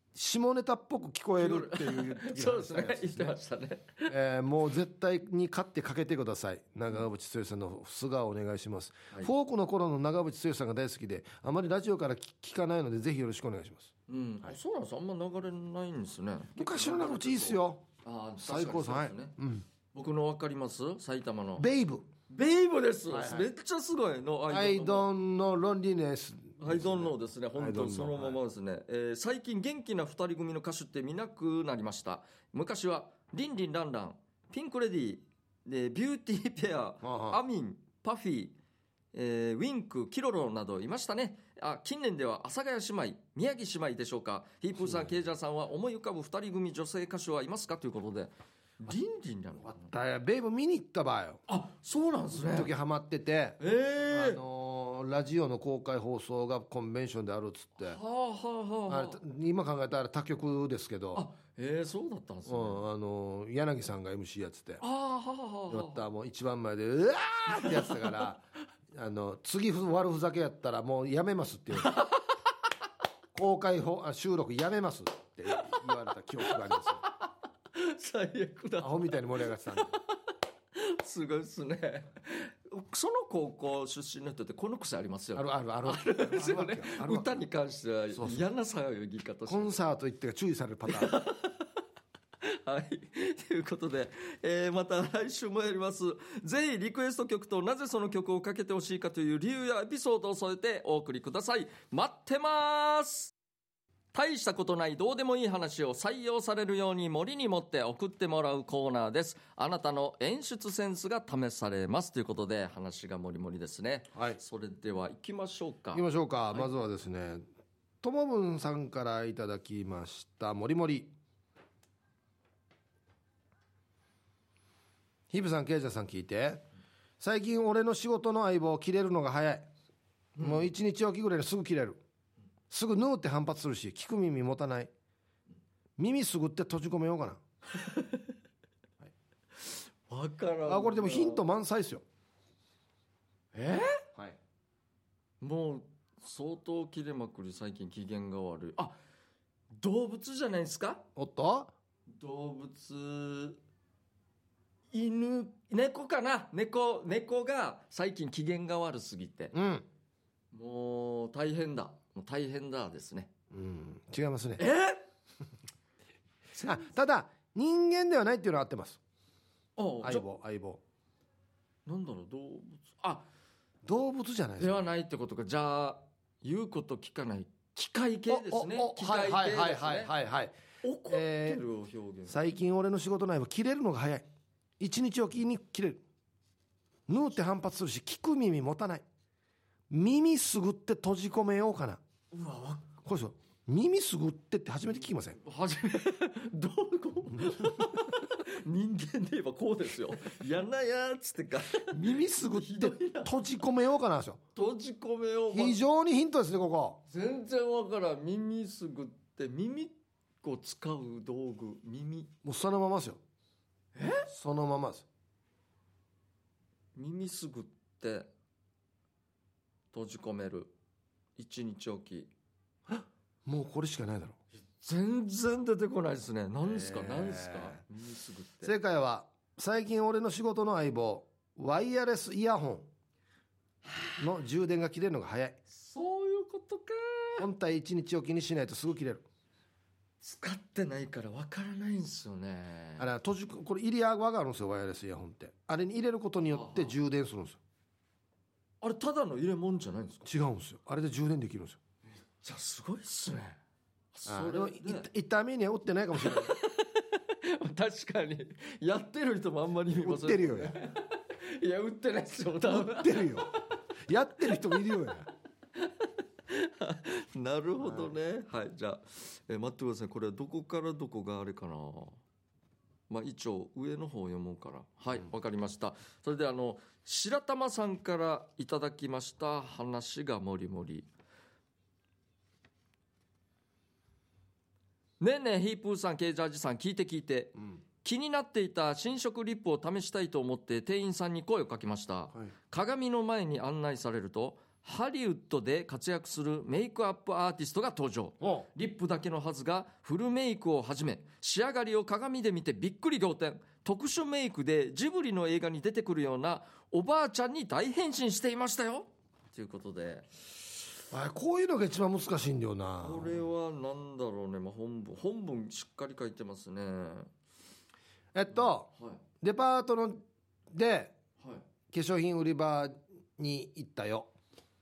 下ネタっぽく聞こえるっていうそうですね、言ってましたね、 えー、もう絶対に勝ってかけてください。長渕剛さんの素顔お願いします、はい、フォークの頃の長渕剛さんが大好きで、あまりラジオから聞かないのでぜひよろしくお願いします。 うん、はい、そうなんです。あんま流れないんですね。 昔の長渕いいっすよ。 あ、 最高さん、はい、 うん、僕の分かります？埼玉のベイブベイブです、はいはい、めっちゃすごいのアイドンのロンリネス、 アイドンのですね、本当そのままですね、はい、えー、最近元気なふたり組の歌手って見なくなりました。昔はリンリンランラン、ピンクレディでビューティーペア、アミン、パフィー、えー、ウィンク、キロロなどいましたね。あ、近年では阿佐ヶ谷姉妹、宮城姉妹でしょうか。ヒープーさん、ケイジャーさんは思い浮かぶふたり組女性歌手はいますかということで、リンリンなのかな。ベイブ見に行った場合よ。 あ、そうなんですね。 時ハマってて、 えー、 あのー、ラジオの公開放送がコンベンションであるっつって、はあはあはあ、あれ今考えたら他局ですけど、 あ、えー、そうだったんですね、うん、 あのー、柳さんが エムシー やってて、 あーはあはあ、 やったもう一番前でうわーってやってたからあの次悪ふざけやったらもうやめますって言う公開収録やめますって言われた記憶がありますよ。 最悪だ。 アホみたいに盛り上がってたんで。 すごいですね。その高校出身の人ってこの癖ありますよね。 あるあるある。 あるですよね。歌に関しては嫌な騒ぎ方して、 コンサート行って注意されるパターン。 はい、ということで、えー、また来週もやります。ぜひリクエスト曲となぜその曲をかけてほしいかという理由やエピソードを添えてお送りください。待ってます。大したことないどうでもいい話を採用されるように森に持って送ってもらうコーナーです。あなたの演出センスが試されますということで、話がもりもりですね、はい、それでは行きましょうか。 行きましょうか、はい、まずはですね、ともぶんさんからいただきました。もりもり。ヒブさん、ケイジャーさん聞いて。最近俺の仕事の相棒切れるのが早い、うん、もう一日おきぐらいですぐ切れる。すぐヌーって反発するし、聞く耳持たない。耳すぐって閉じ込めようかな。 はい、分からん。 あ、これでもヒント満載ですよ。 えー、はい、 もう相当切れまくり、最近機嫌が悪い。あ、動物じゃないですか。 おっと、 動物、犬、猫かな。猫、猫が最近機嫌が悪すぎて、 うん、 もう大変だ、もう大変だですね。 うん、違いますね。 えあ、ただ人間ではないっていうのは合ってます。 お相棒、相棒なんだろう、動物、あ、 動物じゃないですではないってことか。じゃあ言うこと聞かない機械系ですね。機械系ですね。 はいはいはいはいはい、 怒ってる表現、えー、 最近俺の仕事内容切れるのが早い。一日おきに切れる。ヌーって反発するし、聞く耳持たない。耳すぐって閉じ込めようかな。 うわわ、 これですよ。耳すぐってって初めて聞きません？ 初めどういうこと人間で言えばこうですよ。やなやつってか、 耳すぐって閉じ込めようかなんですよ。 閉じ込めよう。 非常にヒントですね、ここ。 全然わからん。耳すぐって、耳を使う道具、耳、 もうそのままですよ。 え、 そのままです。 耳すぐって閉じ込める、一日おき。 もうこれしかないだろう。 全然出てこないですね。何ですか、何ですか。耳すぐって。 正解は、最近俺の仕事の相棒、ワイヤレスイヤホンの充電が切れるのが早い。 そういうことか。 本体一日おきにしないとすぐ切れる。 使ってないから分からないんですよね。 あれ閉じ、これ入り輪があるんですよ、ワイヤレスイヤホンって。あれに入れることによって充電するんですよ。 あれただの入れ物じゃないんですか。 違うんですよ。あれで充電できるんですよ。 じゃあすごいっすね。 ああ、でも痛みには打ってないかもしれない。 確かにやってる人もあんまり見ません。 打ってるよや。 いや、打ってないですよ。 打ってるよ。やってる人もいるよや。 なるほどね。はい、はい、じゃあ、えー、待ってください。これはどこからどこがあれかな。まあ一応上の方を読もうから。はい、わ、うん、かりました。それであの白玉さんからいただきました話がもりもり。ねえねえヒープーさん、ケイジャージさん、聞いて聞いて、うん、気になっていた新色リップを試したいと思って店員さんに声をかけました、はい、鏡の前に案内されるとハリウッドで活躍するメイクアップアーティストが登場。リップだけのはずがフルメイクをはじめ、仕上がりを鏡で見てびっくり仰天。特殊メイクでジブリの映画に出てくるようなおばあちゃんに大変身していましたよということで、 あ、こういうのが一番難しいんだよな。 これはなんだろうね、まあ、本文本文しっかり書いてますね。 えっと、 はい、 デパートので、 はい、 化粧品売り場に行ったよ。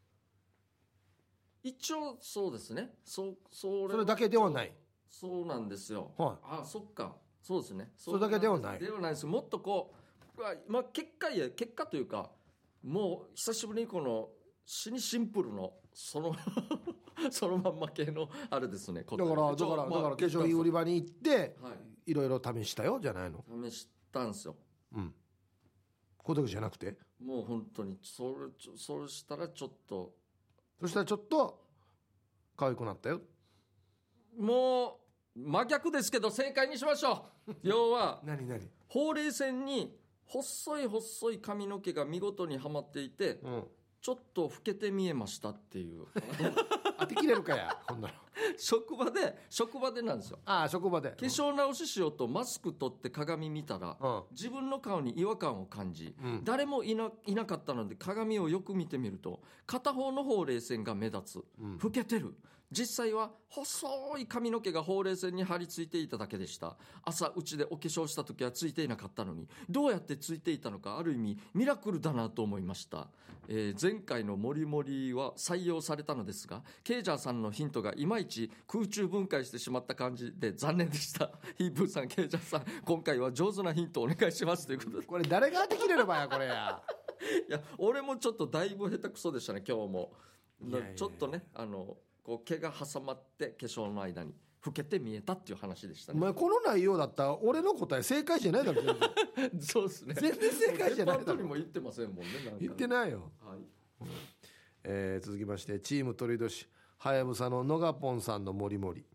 一応そうですね。そそれそれだけではない。 そうなんですよ。 はい。 あ、そっか。そうですね。 それだけではない。 ではないです。もっとこう、まあ、結果や結果というか、もう久しぶりにこの死にシンプルのそのそのまんま系のあれですね。 だからだからだから、化粧品売り場に行って、はい、いろいろ試したよじゃないの。 試したんですよ。 うん。これだけじゃなくて。 もう本当にそれそれしたらちょっと。 そしたらちょっと可愛くなったよ。 もう真逆ですけど正解にしましょう。要は何何ほうれい線に細い細い髪の毛が見事にはまっていて、うん、ちょっと老けて見えましたっていう当てきれるかやこんなの職場で職場でなんですよ。 ああ、職場で化粧直ししようとマスク取って鏡見たら、うん、自分の顔に違和感を感じ、うん、誰もい な, いなかったので鏡をよく見てみると片方のほうれい線が目立つ、うん、老けてる。実際は細い髪の毛がほうれい線に張り付いていただけでした。朝うちでお化粧した時はついていなかったのにどうやってついていたのか、ある意味ミラクルだなと思いました。えー、前回のモリモリは採用されたのですが、ケイジャーさんのヒントがいまいち空中分解してしまった感じで残念でした。ヒープーさん、ケイジャーさん、今回は上手なヒントお願いしますということで。 これ誰が当てきれればやこれやいや俺もちょっとだいぶ下手くそでしたね今日も。いやいやいや、ちょっとね、あのこう毛が挟まって化粧の間に老けて見えたっていう話でしたね。 お前この内容だったら俺の答え正解じゃないだろ全然そうですね、 全然正解じゃないだろ。 デパートにも言ってませんもんね。なんか言ってないよ、はい。えー、続きましてチーム鳥年はやぶさののがぽんさんのもりもり。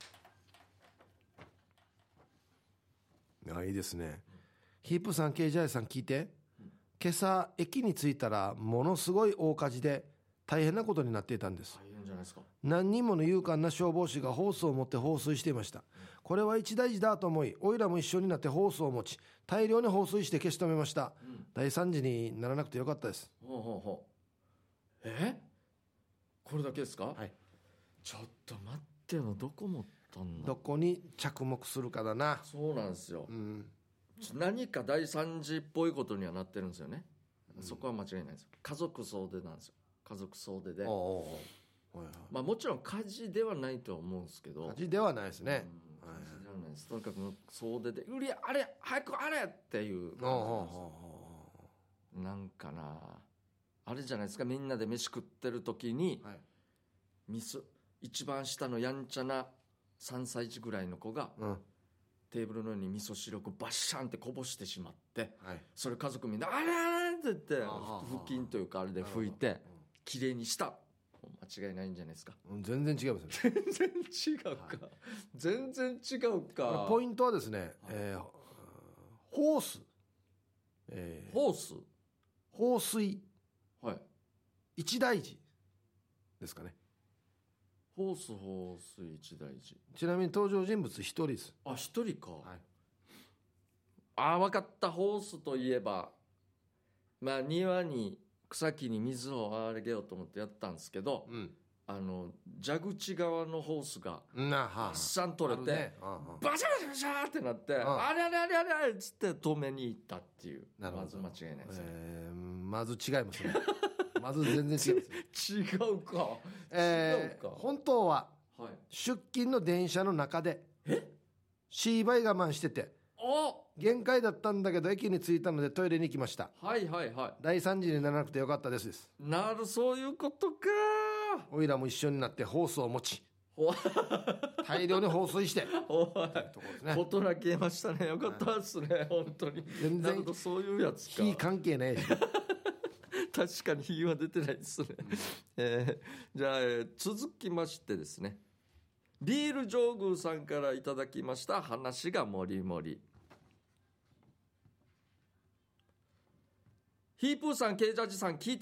あ、いいですね、うん、ヒップさん、ケイジャイさん聞いて、うん、今朝駅に着いたらものすごい大火事で大変なことになっていたんです。 大変じゃないですか。 何人もの勇敢な消防士がホースを持って放水していました、うん、これは一大事だと思い、おいらも一緒になってホースを持ち大量に放水して消し止めました、うん、大惨事にならなくてよかったです。 ほうほうほう。えこれだけですか。 はい。 ちょっと待ってよ、どこ持ったんだ。 どこに着目するかだな。 そうなんですよ、 うん、 何か大惨事っぽいことにはなってるんですよね、うん、そこは間違いないですよ。家族総出なんですよ。家族総出で、おうおうおう、まあ、もちろん火事ではないとは思うんですけど。 火事ではないですね、 うん、火事ではないです。とにかく総出でうりあれ早くあれっていう感じなんですよ。なんかなあれじゃないですか、みんなで飯食ってる時に、はい、ミス一番下のやんちゃなさんさい児ぐらいの子が、うん、テーブルの上に味噌汁をバッシャンってこぼしてしまって、はい、それ家族みんなあれあれって言って布巾というかあれで拭いてきれいにした。間違いないんじゃないですか。 全然違いますね。 全然違うか、はい、全然違うか。 ポイントはですね、はい、えー、ホース、 えー、ホース放水、 はい、 一大事ですかね。 ホース放水一大事。 ちなみに登場人物一人です。 あ、一人か、はい、あ、分かった。ホースといえば、まあ庭に草木に水をあげようと思ってやったんですけど、うん、あの蛇口側のホースがたくさん取れて、ね、バシャバシャバシャってなって、あれあれあれあれあれっつって止めに行ったっていう。まず間違いないですね、 えー、まず違いますね。まず全然違います、ね、 違うか、 えー、違うか。本当は、はい、出勤の電車の中でシーバイ我慢してて限界だったんだけど駅に着いたのでトイレに行きました。 はいはいはい。 大惨事にならなくてよかったですです。 なる、そういうことか。 おいらも一緒になってホースを持ち大量に放水しておい、事な消えましたね。よかったですね、はい、本当に。全然そういうやつか。 火関係ないし確かに火は出てないですね、えー、じゃあ、えー、続きましてですね、ビール上宮さんからいただきました話がもりもり。ヒープーさん、ケイジャージさん聞いて、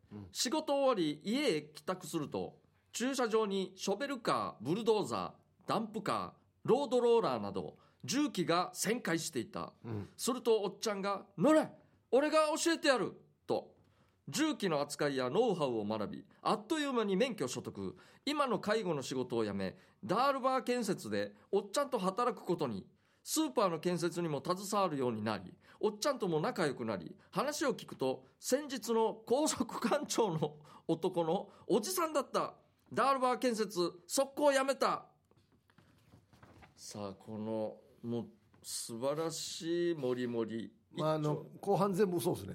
うん、 仕事終わり家へ帰宅すると駐車場にショベルカー、ブルドーザー、ダンプカー、ロードローラーなど重機が旋回していた、 うん、 するとおっちゃんが乗れ、俺が教えてやると重機の扱いやノウハウを学び、あっという間に免許所得。今の介護の仕事を辞めダールバー建設でおっちゃんと働くことに、スーパーの建設にも携わるようになり、おっちゃんとも仲良くなり、話を聞くと先日の高速艦長の男のおじさんだった。ダールバー建設速攻辞めた。さあこのもう素晴らしいもりもり、 まあ、あの後半全部そうですね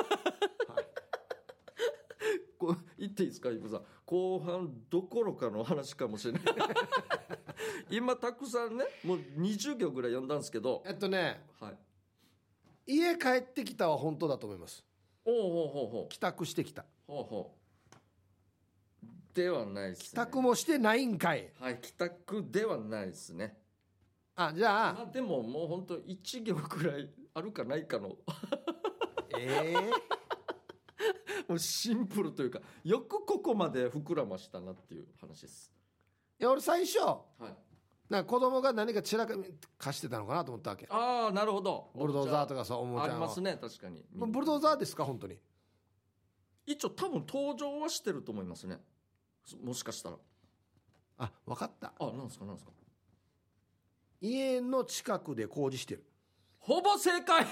こう言っていいですか、イブさん、後半どころかの話かもしれない今たくさんね、もうにじゅうびょうぐらい読んだんですけど、 えっとね、 はい、 家帰ってきたは本当だと思います。 おうほうほうほう、 帰宅してきたほうほうではないですね。 帰宅もしてないんかい。 はい、帰宅ではないですね。 あ、じゃあ、 まあ、でももう本当いち行くらいあるかないかのえー、もうシンプルというか、よくここまで膨らましたなっていう話です。 いや俺最初、 はい、 なんか子供が何か散らかしてたのかなと思ったわけ。 ああなるほど、 ブルドーザーとかさ、おもちゃのありますね、確かに。 ブルドーザーですか本当に。 一応多分登場はしてると思いますね、もしかしたら。 あ、分かった。 あ、なんですかなんですか。 家の近くで工事してる。 ほぼ正解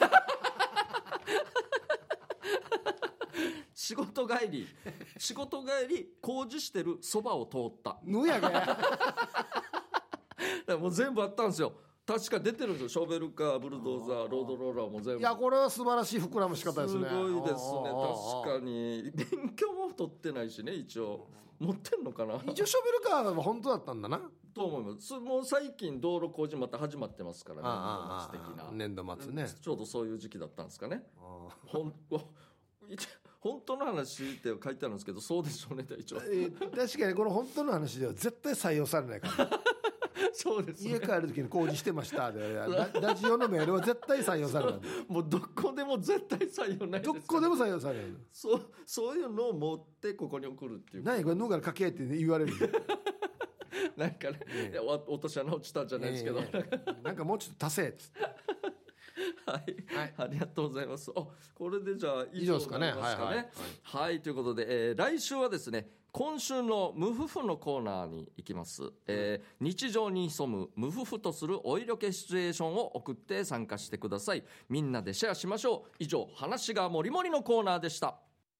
仕事帰り仕事帰り工事してるそばを通った。 ぬやがやもう全部あったんですよ。確か出てるんですよ。ショベルカー、ブルドーザー、ロードローラーも全部。 いやこれは素晴らしい膨らまし方ですね。 すごいですね。確かに勉強も取ってないしね、一応持ってんのかな。 一応ショベルカーは本当だったんだなと思います。もう最近道路工事また始まってますからね。 ああ、年度末ね。 ちょうどそういう時期だったんですかね。ほん本当の話って書いてあるんですけど、そうでしょうね一応、 えー、確かにこの本当の話では絶対採用されないからそうです、ね、 家帰る時に工事してましたでラ, ラジオのメールは絶対採用されないもうどこでも絶対採用ないです、 どこでも採用される。 そうそういうのを持ってここに送るっていう。 何これ脳から書けって言われるなんかね、ええ、落とし穴落ちたんじゃないですけど、ええ、なんかもうちょっと足せっつってはい、はい、ありがとうございます。あ、これでじゃあ以上ですかね。はいはい、 はい、はい、ということで、えー、来週はですね、今週の無夫婦のコーナーに行きます、えー、日常に潜む無夫婦とするお色気シチュエーションを送って参加してください。みんなでシェアしましょう。以上、話がもりもりのコーナーでした。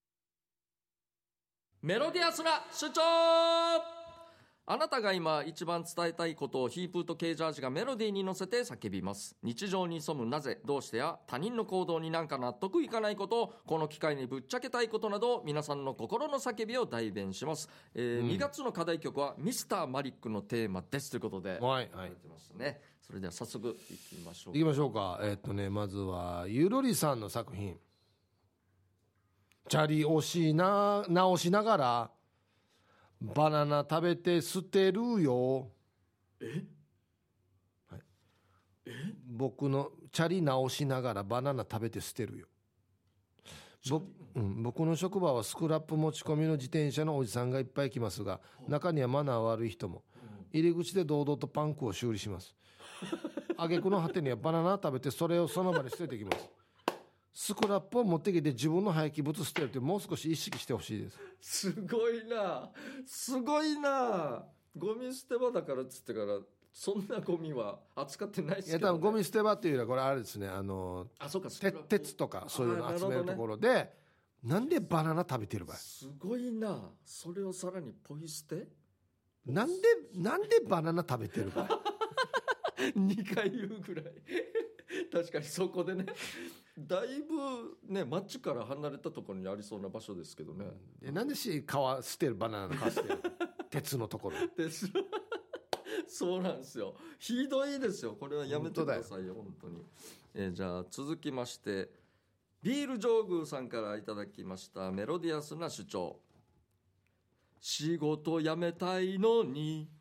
メロディアスな主張。あなたが今一番伝えたいことをヒープーとケージャージがメロディーに乗せて叫びます。日常に潜むなぜ、どうしてや他人の行動になんか納得いかないこと、この機会にぶっちゃけたいことなど、皆さんの心の叫びを代弁します、えーうん、にがつの課題曲はミスターマリックのテーマですということで、 はいはい、 ね、それでは早速いきましょういきましょうか。えー、っとねまずはゆるりさんの作品、チャリ押しな直しながらバナナ食べて捨てるよ。 え、 はい、 え、 僕のチャリ直しながらバナナ食べて捨てるよ。ぼ、うん、僕の職場はスクラップ持ち込みの自転車のおじさんがいっぱい来ますが、中にはマナー悪い人も。入り口で堂々とパンクを修理します。挙句の果てにはバナナ食べてそれをその場に捨ててきます。スクラップを持ってきて自分の廃棄物捨てるって、もう少し意識してほしいです。 すごいな、すごいな。ゴミ捨て場だからっつってからそんなゴミは扱ってないですけど、ね、 いや多分ゴミ捨て場っていうよりはこれあれですね、あのあ、そうか、 鉄とかそういうの集めるところで、ね、なんでバナナ食べてる場合、 すごいな。それをさらにポイ捨て、 なんでなんでバナナ食べてる場合にかい言うぐらい確かにそこでね、だいぶね街から離れたところにありそうな場所ですけどね、 うん、なんでし皮捨てる、バナナの皮捨てる鉄のところ鉄そうなんですよ、ひどいですよ。これはやめてくださいよ本当に。えー、じゃあ続きましてビール上宮さんからいただきましたメロディアスな主張。仕事辞めたいのに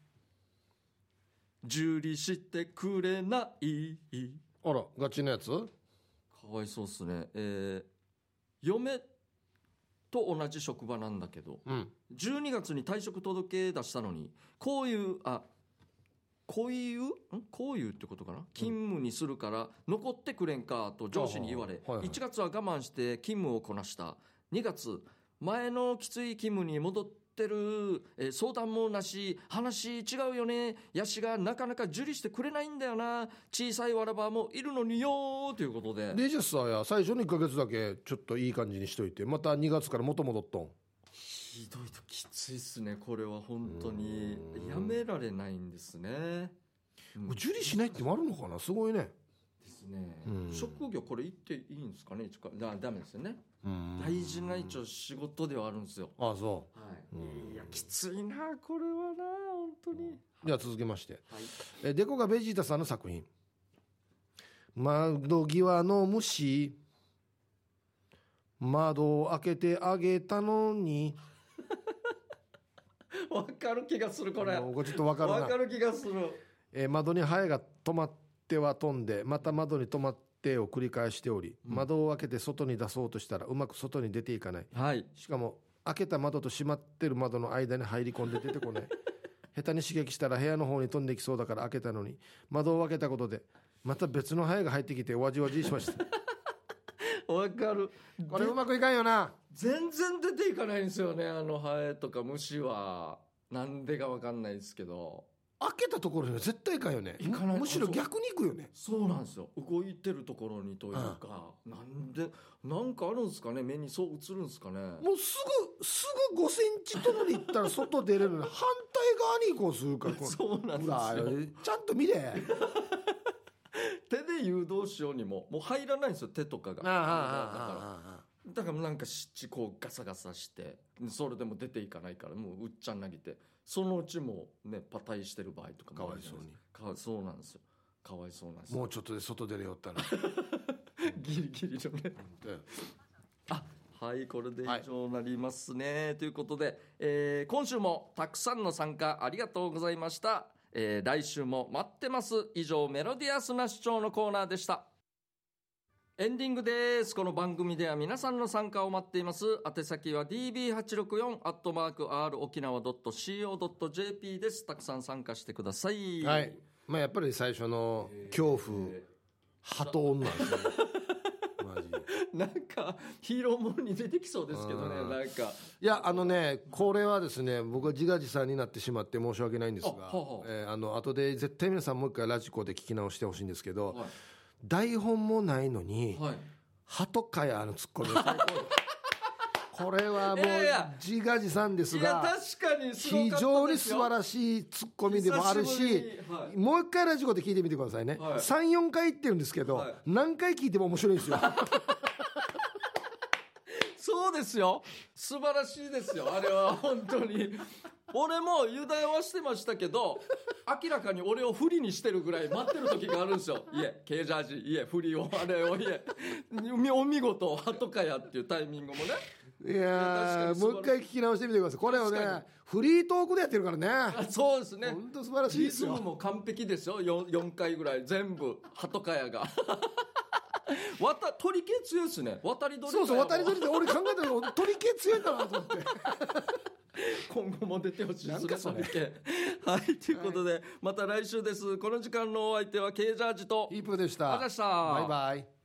受理してくれない。 あらガチなやつ、 かわいそうっすね。えー、嫁と同じ職場なんだけど、 うん、 じゅうにがつに退職届出したのにこういうあこういうんこういうってことかな、勤務にするから残ってくれんかと上司に言われ、 はいはい、 いちがつは我慢して勤務をこなした。にがつ前のきつい勤務に戻ってる、えー、相談もなし話違うよね、ヤシがなかなか受理してくれないんだよな、小さいわらばもいるのによということで、 でじゃあさや最初のいっかげつだけちょっといい感じにしといてまたにがつから元戻っとん。 ひどいときついっすねこれは本当にやめられないんですね、 うん、受理しないってもあるのかな、すごいねですね、うん、職業これ言っていいんですかね、だダメですよね、大事な一応仕事ではあるんですよ。 ああそう、 はい、いやきついなこれはな本当に。 では続けまして、 はい、 えデコがベジータさんの作品、窓際の虫窓を開けてあげたのにわかる気がするこれ。 これちょっとわかるな。 わかる気がする。 えー、窓にハエが止まっては飛んでまた窓に止まってを繰り返しており、うん、窓を開けて外に出そうとしたらうまく外に出ていかない、 はい、 しかも開けた窓と閉まってる窓の間に入り込んで出てこない下手に刺激したら部屋の方に飛んできそうだから開けたのに窓を開けたことでまた別のハエが入ってきてわじわじしましたわかる。 これうまくいかんよな。 全然出ていかないんですよねあのハエとか虫は。なんでかわかんないですけど開けたところには絶対いかんよね。 行かない。 むしろ逆に行くよね。 そうなんですよ、動いてるところにというか、うん、なんでなんかあるんですかね、目にそう映るんですかね。 もうすぐすぐごセンチとのに行ったら外出れるのに反対側に行こうするからそうなんですよ、 ちゃんと見れ手で誘導しようにももう入らないんですよ手とかが。 あだからだからなんか湿地こうガサガサしてそれでも出ていかないからもううっちゃん投げてそのうちもねパタイしてる場合とかかわいそうにかそうなんですよ、かわいそうなんですよ。 もうちょっとで外出れよったらギリギリのねあはいこれで以上になりますね、はい、ということで、えー、今週もたくさんの参加ありがとうございました、えー、来週も待ってます。以上メロディアスな主張のコーナーでした。エンディングです。この番組では皆さんの参加を待っています。宛先は ディービーはちろくよん アットマーク アール 沖縄 ドット シーオー ドット ジェーピー です。たくさん参加してください。 はい、まあ、やっぱり最初の恐怖、えー、鳩女ですねマジなんかヒーローものに出てきそうですけどね。なんかいやあのねこれはですね僕は自画自賛になってしまって申し訳ないんですが、あ、ははえー、あの後で絶対皆さんもう一回ラジコで聞き直してほしいんですけど、はい、台本もないのに、はい、鳩かやのツッコミこれはもう自画自賛ですが、 確かに非常に素晴らしいツッコミでもあるし、はい、もう一回ラジコで聞いてみてくださいね、はい、さんよんかい言ってるんですけど、はい、何回聞いても面白いですよそうですよ、素晴らしいですよあれは本当に。俺も油断はしてましたけど明らかに俺を不利にしてるぐらい待ってる時があるんですよ。いえケージャージ、いえ不利をあれをいえお見事鳩かやっていうタイミングもね。 いやもう一回聞き直してみてください。これをねフリートークでやってるからね。 そうですね、 本当素晴らしいですよ。 リズムも完璧ですよ。 4, よんかいぐらい全部鳩かやがわた鳥系強いですね。渡り鳥。 そうそう渡り鳥って俺考えたの鳥系強いかなと思って今後も出てほしいですねそれ系はいということで、はい、また来週です。この時間のお相手はケージャージとイープーでした。 ありがとうございました。 バイバイ。